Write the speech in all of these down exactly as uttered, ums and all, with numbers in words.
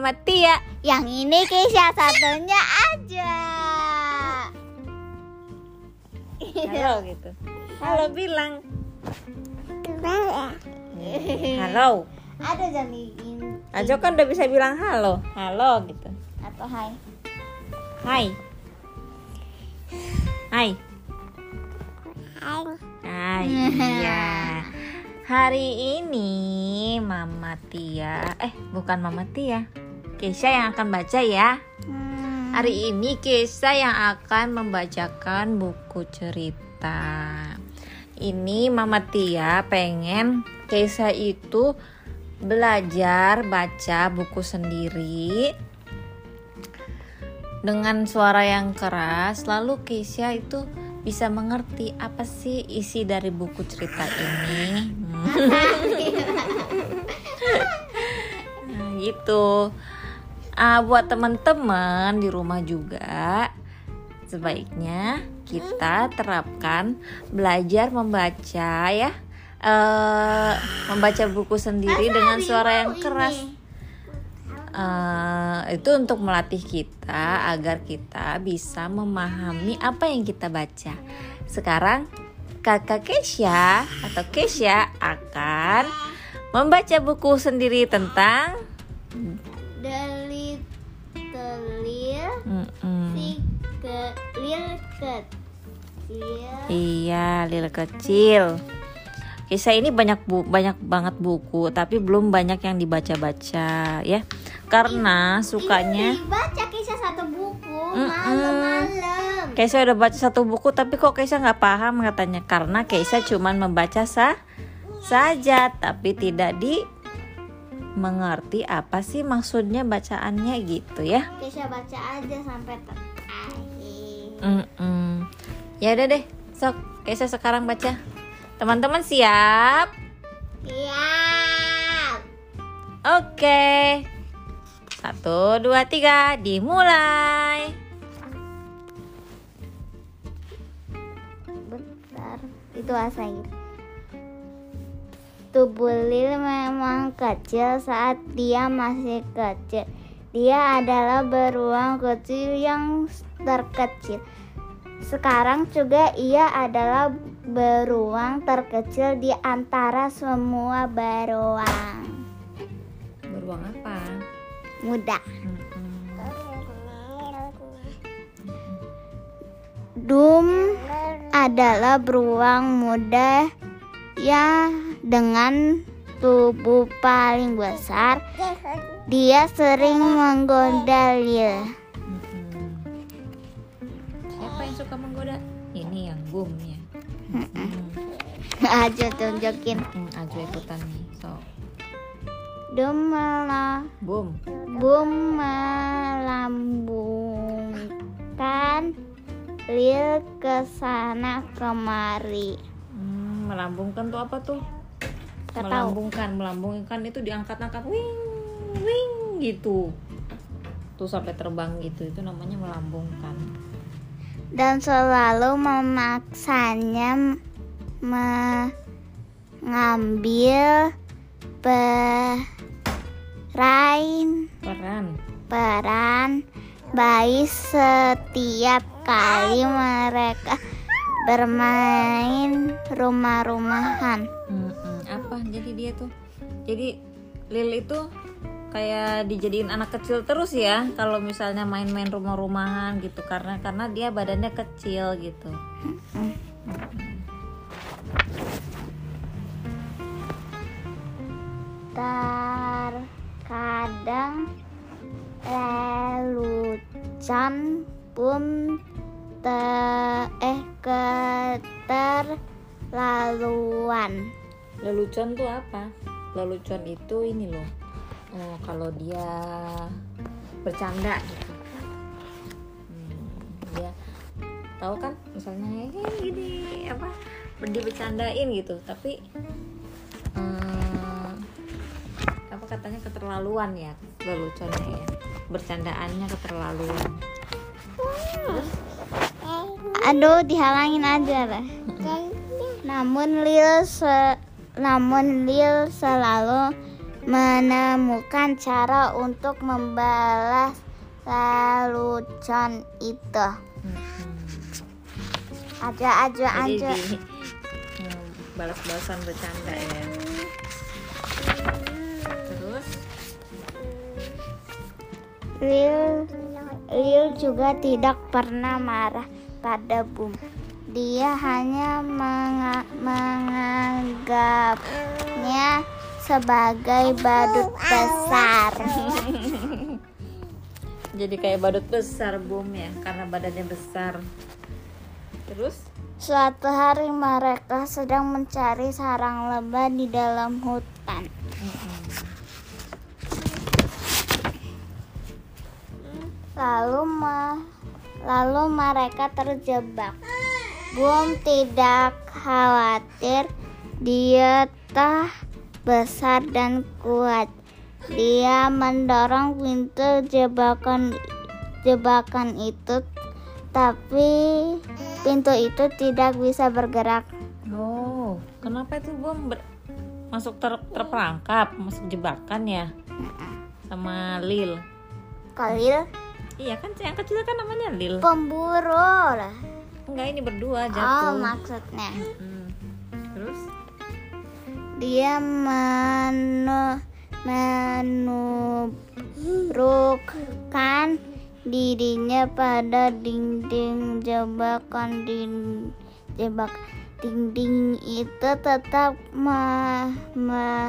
Mama Tia. Yang ini Keisha satunya aja. Halo gitu. Halo bilang. Halo. Ada jamiin. Ajo kan udah bisa bilang halo. Halo gitu. Atau hai. Hai. Hai. Hai. Hai. Iya. Hari ini Mama Tia, eh bukan Mama Tia, Keisha yang akan baca ya. Hmm. Hari ini Keisha yang akan membacakan buku cerita. Ini Mama Tia pengen Keisha itu belajar baca buku sendiri dengan suara yang keras. Lalu Keisha itu bisa mengerti apa sih isi dari buku cerita ini. Nah, gitu. Ah, buat teman-teman di rumah juga sebaiknya kita terapkan belajar membaca ya, uh, membaca buku sendiri dengan suara yang keras. Uh, itu untuk melatih kita agar kita bisa memahami apa yang kita baca. Sekarang Kakak Keisha atau Keisha akan membaca buku sendiri tentang The Little Si Lil Kecil. Iya, Lil Kecil. Keisha ini banyak bu banyak banget buku, tapi belum banyak yang dibaca-baca ya. Karena sukanya baca Keisha satu buku Mm-mm. malam-malam. Keisha udah baca satu buku, tapi kok Keisha nggak paham katanya. Karena Keisha cuman membaca sah saja, tapi tidak di mengerti apa sih maksudnya bacaannya gitu ya. Keisha baca aja sampai terakhir. Mm-mm. Ya udah deh, sok Keisha sekarang baca. Teman-teman siap? Siap. Oke. Satu, dua, tiga, dimulai. Bentar, itu asair. Tubuh Lil memang kecil saat dia masih kecil. Dia adalah beruang kecil yang terkecil. Sekarang juga ia adalah beruang terkecil di antara semua beruang. Beruang apa? Muda. Mm-mm. Dum adalah beruang muda yang dengan tubuh paling besar. Dia sering menggoda Lil. Mm-mm. Siapa yang suka menggoda? Ini yang Boom ya. Aja tunjukin. Hmm, Ajo ikutan nih. So, Dum malah Boom. Bum melambungkan Lil ke sana kemari. Hmm, melambungkan tuh apa tuh? Gak tahu. melambungkan, melambungkan itu diangkat-angkat, wing, wing gitu. Tuh sampai terbang gitu, itu namanya melambungkan. Dan selalu memaksanya mengambil peran Peran. peran bayi setiap kali mereka bermain rumah-rumahan. Mm-mm. Apa jadi dia tuh? Jadi Lil itu kayak dijadiin anak kecil terus ya kalau misalnya main-main rumah-rumahan gitu, karena karena dia badannya kecil gitu. Mm. Terkadang lelucon pun te eh keterlaluan. Lelucon tuh apa? Lelucon itu ini loh. Oh, kalau dia bercanda gitu. Hmm, dia tahu kan misalnya hey, gini apa dia bercandain gitu, tapi hmm, apa katanya keterlaluan ya leluconnya ya, bercandaannya keterlaluan. Terus Aduh, dihalangin aja lah. Namun Lil se- namun Lil selalu menemukan cara untuk membalas lelucon itu. Aja aja Jadi aja. di hmm, balas-balasan bercanda ya. Terus Lil Lil juga tidak pernah marah pada Boom. Dia hanya menga- menganggapnya sebagai badut besar. jadi kayak badut besar Boom ya, karena badannya besar. Terus Suatu hari mereka sedang mencari sarang lebah di dalam hutan. Lalu me- lalu mereka terjebak. Boom tidak khawatir, dia tah besar dan kuat. Dia mendorong pintu jebakan jebakan itu, tapi pintu itu tidak bisa bergerak. oh, kenapa itu Boom ber- masuk ter- terperangkap, masuk jebakan ya sama Lil? Khalil Iya kan, yang kecil kan namanya Lil. pemburu lah. Enggak, ini berdua Oh, jatuh. maksudnya Hmm. Terus dia menu menurunkan dirinya pada dinding jebakan. Di jebak dinding itu tetap ma, ma,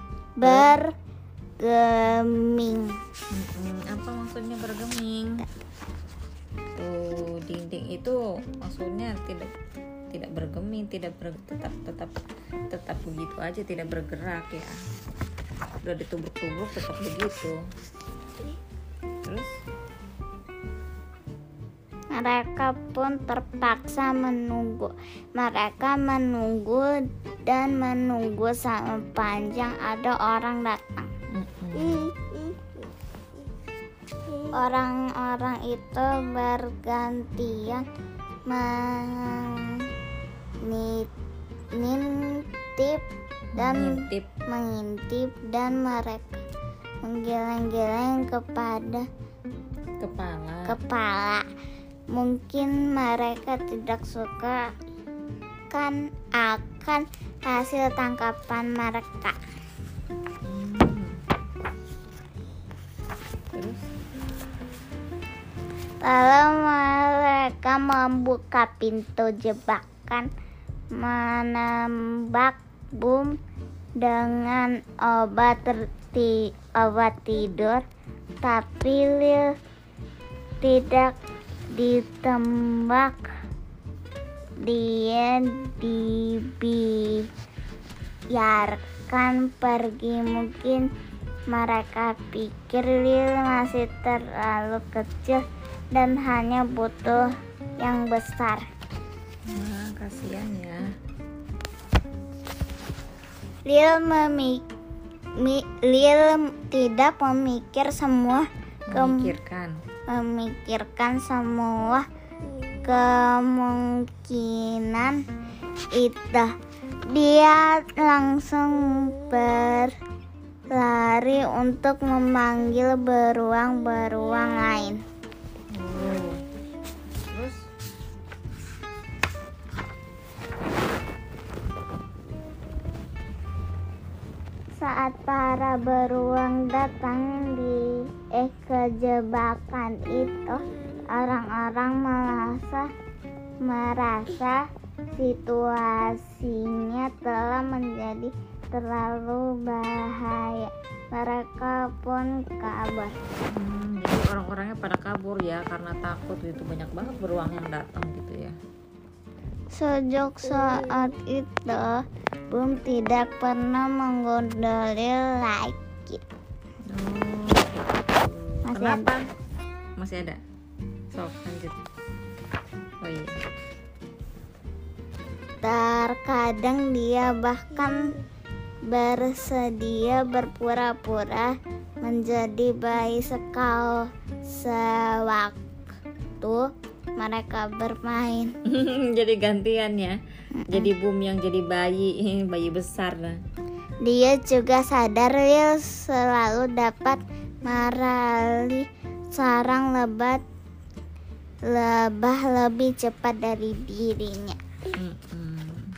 bergeming. Mm-mm, apa maksudnya bergeming? Tuh, dinding itu maksudnya tidak tidak bergeming, tidak ber, tetap tetap tetap begitu aja, tidak bergerak ya. Udah ditubruk-tubruk tetap begitu. Terus Mereka pun terpaksa menunggu. Mereka menunggu dan menunggu sepanjang ada orang datang. mm-mm. Orang-orang itu bergantian mengintip dan Ngintip. mengintip dan mereka menggeleng-geleng kepada Kepala. kepala. Mungkin mereka tidak suka kan akan hasil tangkapan mereka. Hmm. Terus Lalu mereka membuka pintu jebakan, menembak Boom dengan obat terti, obat tidur, tapi Lil tidak ditembak. Dia dibiarkan pergi. Mungkin mereka pikir Lil masih terlalu kecil dan hanya butuh yang besar. Wah, kasihan ya. Lil memik mi- Lil tidak memikir semua kem- Memikirkan. memikirkan semua kemungkinan itu. Dia langsung berlari untuk memanggil beruang-beruang lain. Oh. Terus Saat para beruang datang di eh kejebakan itu, orang-orang merasa merasa situasinya telah menjadi terlalu bahaya. Mereka pun kabur. hmm, jadi orang-orangnya pada kabur ya karena takut gitu, banyak banget beruang yang datang gitu ya. Sejak saat itu, Boom tidak pernah menggoda Lil lagi. Oh, Masih kenapa? Masih ada. Sok lanjut. Oh iya. Terkadang dia bahkan bersedia berpura-pura menjadi bayi sekal sewaktu mereka bermain. Jadi gantian ya. Jadi Boom yang jadi bayi, bayi besar nah. Dia juga sadar Lil selalu dapat meraih sarang lebat lebah lebih cepat dari dirinya. Mm-mm.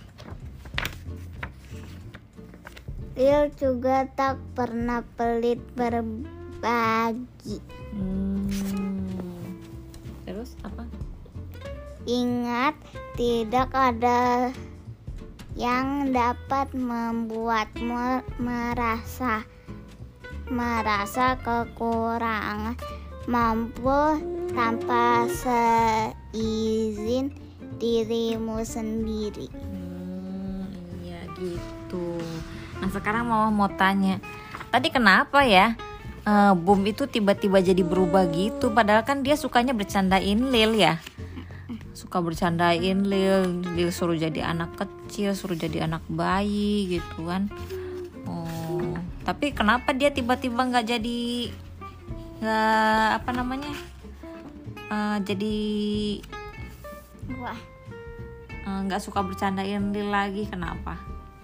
Lil juga tak pernah pelit berbagi. Hmm. Terus apa? Ingat, tidak ada yang dapat membuatmu merasa merasa kekurangan mampu tanpa seizin dirimu sendiri. Hmm, iya gitu. Nah sekarang mama mau tanya, tadi kenapa ya uh, Boom itu tiba-tiba jadi berubah gitu? Padahal kan dia sukanya bercandain Lil ya. Suka bercandain Lil, Lil suruh jadi anak kecil, suruh jadi anak bayi gitu kan. Oh, tapi kenapa dia tiba-tiba nggak jadi nggak apa namanya uh, jadi Wah, nggak uh, suka bercandain Lil lagi? Kenapa?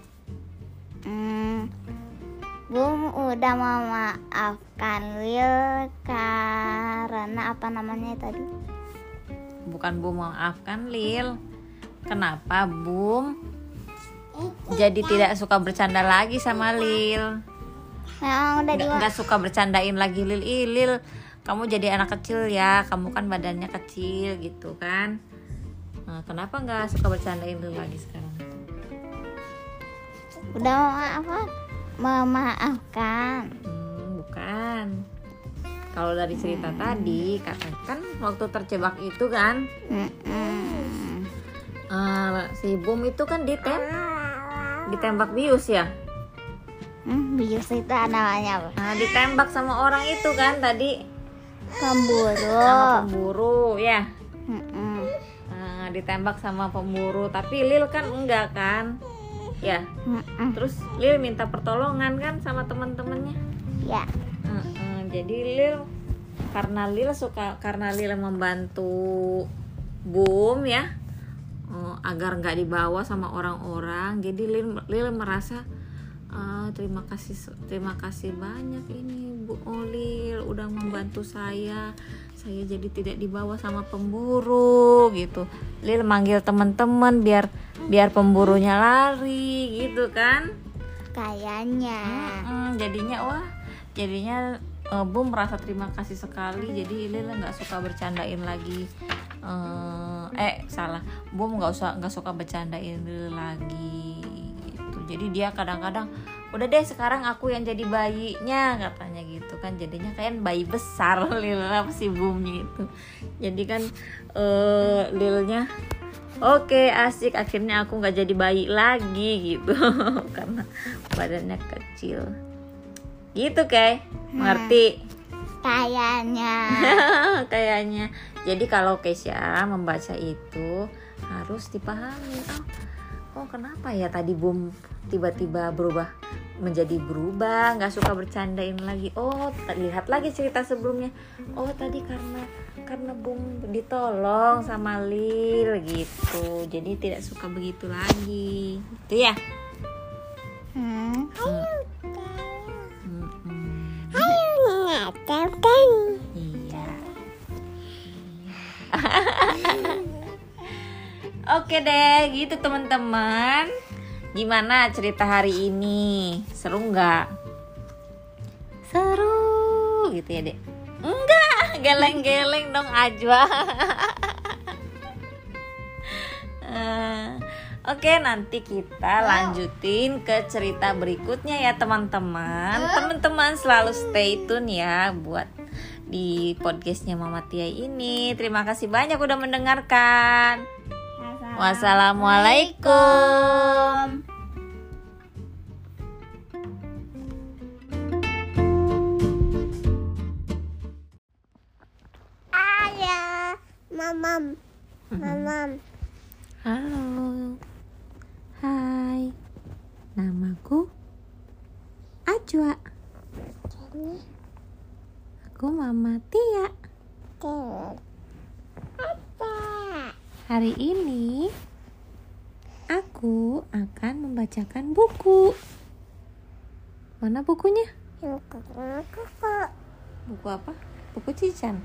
hmm, Boom udah memaafkan Lil karena apa namanya tadi? Bukan Boom memaafkan Lil. Kenapa Boom jadi tidak suka bercanda lagi sama Lil? Yang udah Nggak, nggak suka bercandain lagi Lil. Ih Lil, kamu jadi anak kecil ya, kamu kan badannya kecil gitu kan. Nah, kenapa nggak suka bercandain Lil lagi sekarang? Udah memaafkan, memaafkan. Hmm, bukan. Kalau dari cerita tadi, katakan waktu terjebak itu kan, Mm-mm. uh, si Boom itu kan ditem ditembak bius ya. Hmm, bius itu namanya apa? Nah, ditembak sama orang itu kan tadi, Pemburu. sama pemburu ya. Mm-mm. Nah, ditembak sama pemburu, tapi Lil kan enggak kan, ya. Mm-mm. Terus Lil minta pertolongan kan sama teman-temannya. Ya. Uh-uh, jadi Lil karena Lil suka karena Lil membantu Boom ya, uh, agar nggak dibawa sama orang-orang. Jadi Lil, Lil merasa uh, terima kasih terima kasih banyak ini Bu Lil udah membantu saya. Saya jadi tidak dibawa sama pemburu gitu. Lil manggil teman-teman biar biar pemburunya lari gitu kan. Kayaknya. Mm-mm, jadinya wah jadinya uh, Boom merasa terima kasih sekali. Jadi Lil nggak suka bercandain lagi uh, eh salah Boom nggak usah nggak suka bercandain Lil lagi gitu. Jadi dia kadang-kadang udah deh sekarang aku yang jadi bayinya katanya gitu kan. Jadinya kayak bayi besar Lil apa si Boomnya itu. Jadi kan uh, Lilnya oke asik, akhirnya aku nggak jadi bayi lagi gitu karena badannya kecil gitu kayak mengerti. Kayaknya. Kayaknya. Jadi kalau Kesha membaca itu harus dipahami. Oh, oh kenapa ya tadi Boom tiba-tiba berubah menjadi berubah, nggak suka bercandain lagi. Oh, lihat lagi cerita sebelumnya. Oh tadi karena karena Boom ditolong sama Lil gitu. Jadi tidak suka begitu lagi. Itu ya. Hmm. Hmm. Iya. Oke deh, gitu teman-teman. Gimana cerita hari ini? Seru nggak? Seru, gitu ya dek? Enggak, geleng-geleng dong Ajwa. uh, Oke, nanti kita lanjutin ke cerita berikutnya ya teman-teman. Teman-teman selalu stay tune ya buat di podcastnya Mama Tia ini. Terima kasih banyak udah mendengarkan. Wassalamualaikum. Ayah, mamam, mamam. Halo. Hai. Namaku Ajwa. Aku Mama Tia. Hari ini aku akan membacakan buku. Mana bukunya? Buku kuku. Buku apa? Buku Cican.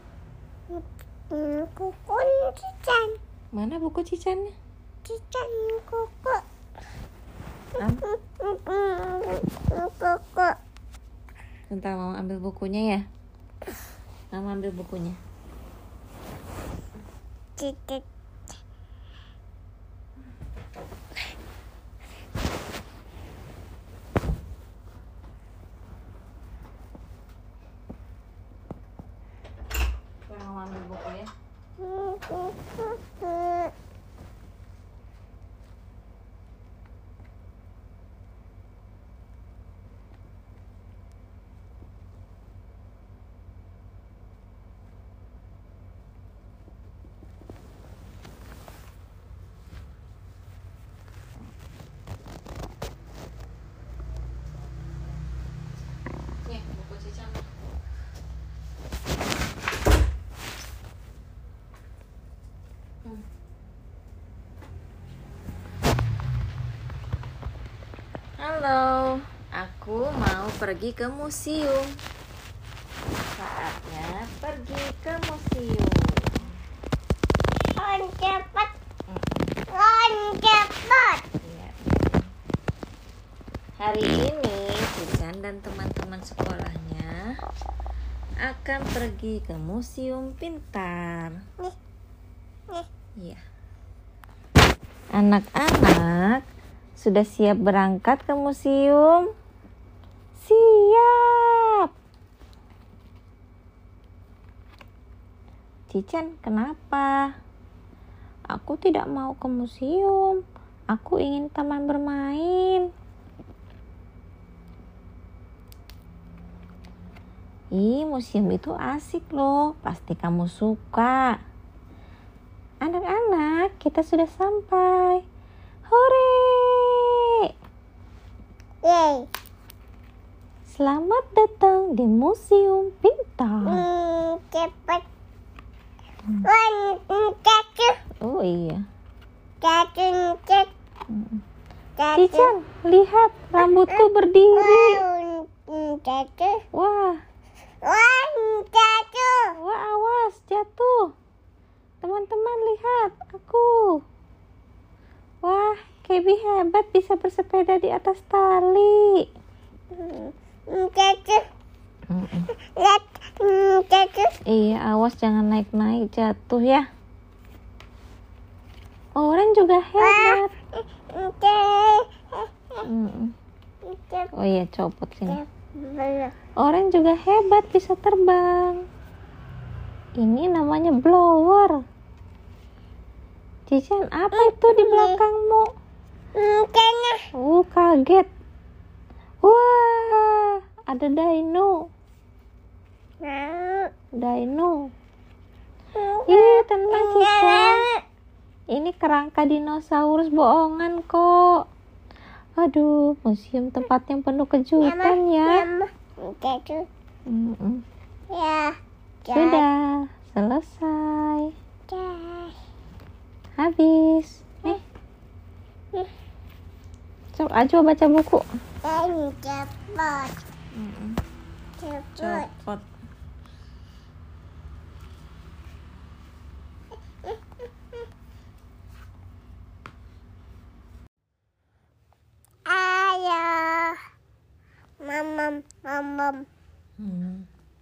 Kuku Cican. Mana buku Cicannya? Cican kuku. Am? Kuku. Bentar, Mama ambil bukunya ya. Mama ambil bukunya. Cicat. Mama ambil buku ya. Nih, buku Cican. Hmm. Halo, aku mau pergi ke museum. Saatnya pergi ke museum. On cepat. On cepat. Iya. Hari ini Cican dan teman-teman sekolahnya akan pergi ke museum pintar. Nih. Nih. Iya. Anak-anak sudah siap berangkat ke museum? Siap. Cican, kenapa? Aku tidak mau ke museum. Aku ingin taman bermain. Ih, museum itu asik loh. Pasti kamu suka. Anak-anak, kita sudah sampai. Hore! Yeay. Selamat datang di Museum Pintar. Hmm, cepat. On cacu. Oh iya. Cacu cek. Mm. Cacu. Cican, lihat rambutku berdiri. On cacu. Wah, On cacu. wah awas jatuh. Teman-teman lihat aku. Wah, Kebi hebat bisa bersepeda di atas tali. Cacu. Lihat. Cacu. Iya, awas jangan naik-naik jatuh ya. Orang juga hebat. Mm. Oh iya, copot sini. Orang juga hebat bisa terbang. Ini namanya blower. Cican, apa itu di belakangmu? Kayaknya. Uh, kaget. Wah, ada dino. Dino. Ih, tenang Cican. Ini kerangka dinosaurus bohongan kok. Aduh, museum tempat yang penuh kejutan ya. Cacu. Mm-mm. Ya. Sudah selesai. Cacu. Habis. Eh. Coba aja baca buku. Dan cepat. Mm-mm. Cepat. Copot. Ayo. Mamam, mamam. Hmm.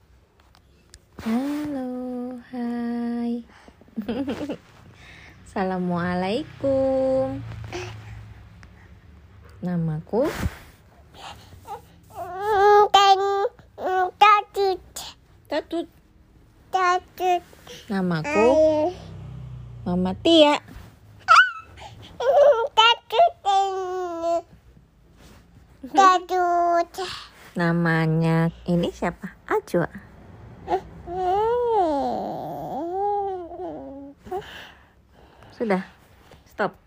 Halo, hai. Assalamualaikum. Namaku Dan cacut. Tatut. Cacut. Namaku Ayo. Mama Tia. Cacut. Cacut. Namanya ini siapa? Ajwa. Sudah. Stop.